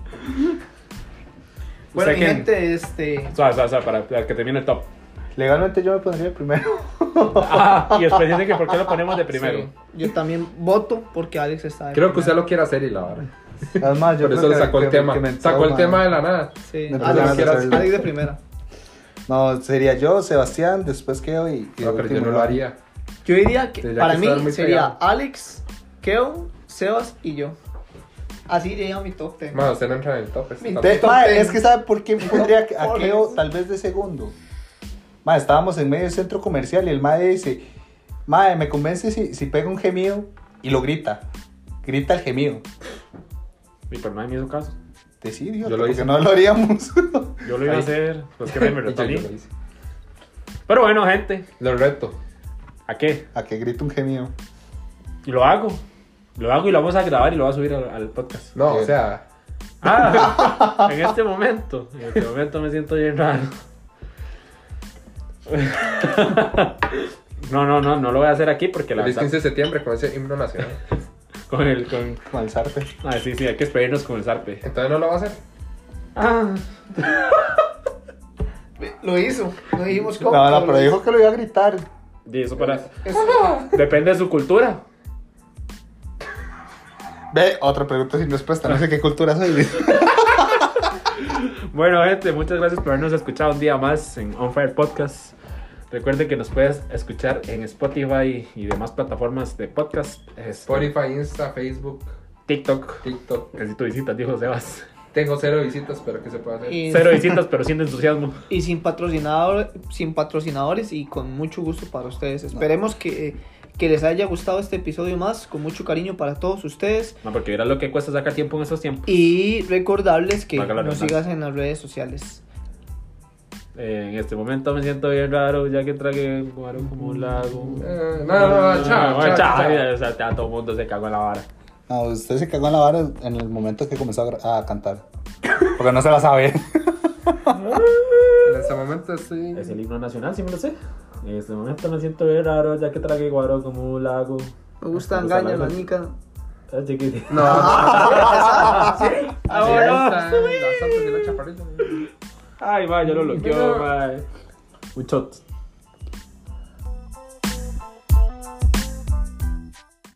Bueno, ¿Usted mi quién? gente, este. Suave, suave, suave, para, para que termine el top. Legalmente yo me pondría el primero. Ah, y después dicen que por qué lo ponemos de primero. Sí, yo también voto porque Alex está de Creo que usted primero. lo quiere hacer y la vara. Además, yo Por creo eso que- sacó el que- tema. que me entró, Sacó el ma. tema de la nada. Sí, Me Alex, parece hacerlo. Alex de primera. No, sería yo, Sebastián, después Keo y... y No, pero yo último, no lo haría. Yo diría que Tendría para que mí estar muy sería pegado. Alex, Keo, Sebas y yo. Así iría mi top ten. Ma, usted no entra en el top. este Mi top. Ve, Top ma, ten. es que ¿sabe por qué pondría a Por Keo eso. tal vez de segundo? Ma, estábamos en medio del centro comercial y el mae dice, mae, me convence si, si pega un gemido y lo grita. Grita el gemido. Y por nadie me hizo caso. Decidio, Yo lo porque hice. no lo haríamos. Yo lo iba a Ahí. hacer, pues que me Y retó yo, a mí. yo lo hice. Pero bueno, gente, Lo reto. ¿a qué? A que grita un gemido. Y lo hago. Lo hago y lo vamos a grabar y lo voy a subir al, al podcast. No, Bien. o sea, Ah, en este momento. En este momento me siento bien raro. No, no, no, no lo voy a hacer aquí porque la feliz verdad. quince de septiembre con ese himno nacional. Con el. Con... Con el zarpe. Ah, sí, sí, hay que despedirnos con el zarpe. Entonces no lo va a hacer. Ah, Lo hizo, lo dijimos cómo. No, no, pero dijo que lo iba a gritar. y eso para. Eso- Depende de su cultura. Ve, otra pregunta sin respuesta. No sé qué cultura soy. Bueno, gente, muchas gracias por habernos escuchado un día más en On Fire Podcast. Recuerden que nos puedes escuchar en Spotify y demás plataformas de podcast. Este, Spotify, Insta, Facebook, TikTok. TikTok. Necesito visitas, dijo Sebas. Tengo cero visitas, pero ¿qué se puede hacer? Y, Cero visitas, pero sin entusiasmo. y sin patrocinador, sin patrocinadores y con mucho gusto para ustedes. Esperemos que, que les haya gustado este episodio más, con mucho cariño para todos ustedes. No, porque verás lo que cuesta sacar tiempo en estos tiempos. Y recordarles que Valga la nos redundancia. sigas en las redes sociales. Eh, en este momento me siento bien raro, ya que tragué guaro como un lago. Eh, no, no, no, chao, bueno, chao, chao. chao. O sea, ya todo el mundo se cagó en la vara. No, usted se cagó en la vara en el momento que comenzó a, gra- a cantar. Porque no se la sabe. En este momento estoy... Es el himno nacional, sí me lo sé. En este momento me siento bien raro, ya que tragué guaro como un lago. Me gusta Me gusta engañar la- la nica. Ah, chiquitito. No, Sí. así Vámonos. está, las santas y la chaparrita. Ay, va, yo lo bloqueo, No. va. Un shot.